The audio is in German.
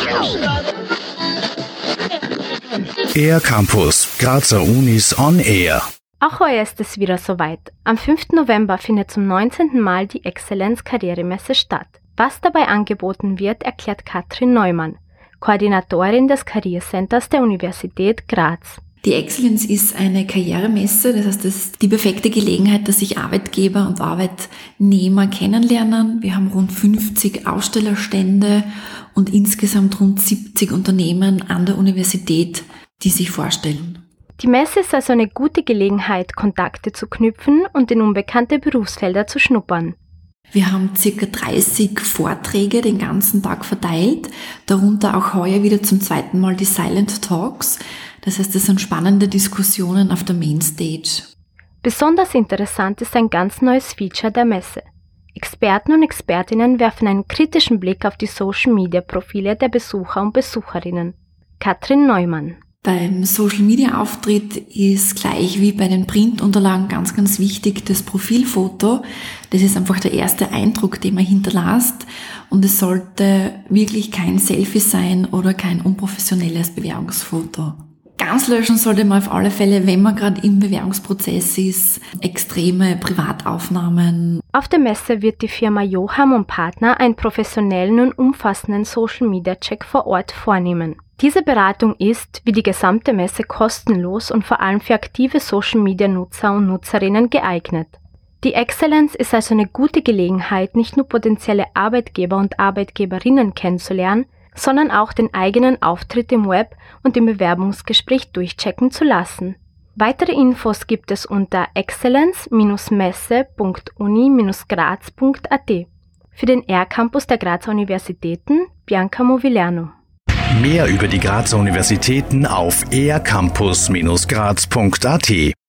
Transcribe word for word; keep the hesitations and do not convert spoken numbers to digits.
Air Campus, Grazer Unis on Air. Auch heuer ist es wieder soweit. Am fünften November findet zum neunzehnten Mal die Exzellenz-Karrieremesse statt. Was dabei angeboten wird, erklärt Katrin Neumann, Koordinatorin des Career-Centers der Universität Graz. Die Exzellenz ist eine Karrieremesse, das heißt, es ist die perfekte Gelegenheit, dass sich Arbeitgeber und Arbeitnehmer kennenlernen. Wir haben rund fünfzig Ausstellerstände und insgesamt rund siebzig Unternehmen an der Universität, die sich vorstellen. Die Messe ist also eine gute Gelegenheit, Kontakte zu knüpfen und in unbekannte Berufsfelder zu schnuppern. Wir haben circa dreißig Vorträge den ganzen Tag verteilt, darunter auch heuer wieder zum zweiten Mal die Silent Talks. Das heißt, es sind spannende Diskussionen auf der Mainstage. Besonders interessant ist ein ganz neues Feature der Messe. Experten und Expertinnen werfen einen kritischen Blick auf die Social-Media-Profile der Besucher und Besucherinnen. Katrin Neumann. Beim Social-Media-Auftritt ist gleich wie bei den Printunterlagen ganz, ganz wichtig das Profilfoto. Das ist einfach der erste Eindruck, den man hinterlässt. Und es sollte wirklich kein Selfie sein oder kein unprofessionelles Bewerbungsfoto. Ganz löschen sollte man auf alle Fälle, wenn man gerade im Bewerbungsprozess ist, extreme Privataufnahmen. Auf der Messe wird die Firma Joham und Partner einen professionellen und umfassenden Social-Media-Check vor Ort vornehmen. Diese Beratung ist, wie die gesamte Messe, kostenlos und vor allem für aktive Social-Media-Nutzer und Nutzerinnen geeignet. Die Exzellenz ist also eine gute Gelegenheit, nicht nur potenzielle Arbeitgeber und Arbeitgeberinnen kennenzulernen, sondern auch den eigenen Auftritt im Web und im Bewerbungsgespräch durchchecken zu lassen. Weitere Infos gibt es unter exzellenz messe punkt uni graz punkt a t. Für den Air Campus der Grazer Universitäten, Bianca Movigliano. Mehr über die Grazer Universitäten auf air campus Bindestrich graz punkt a t.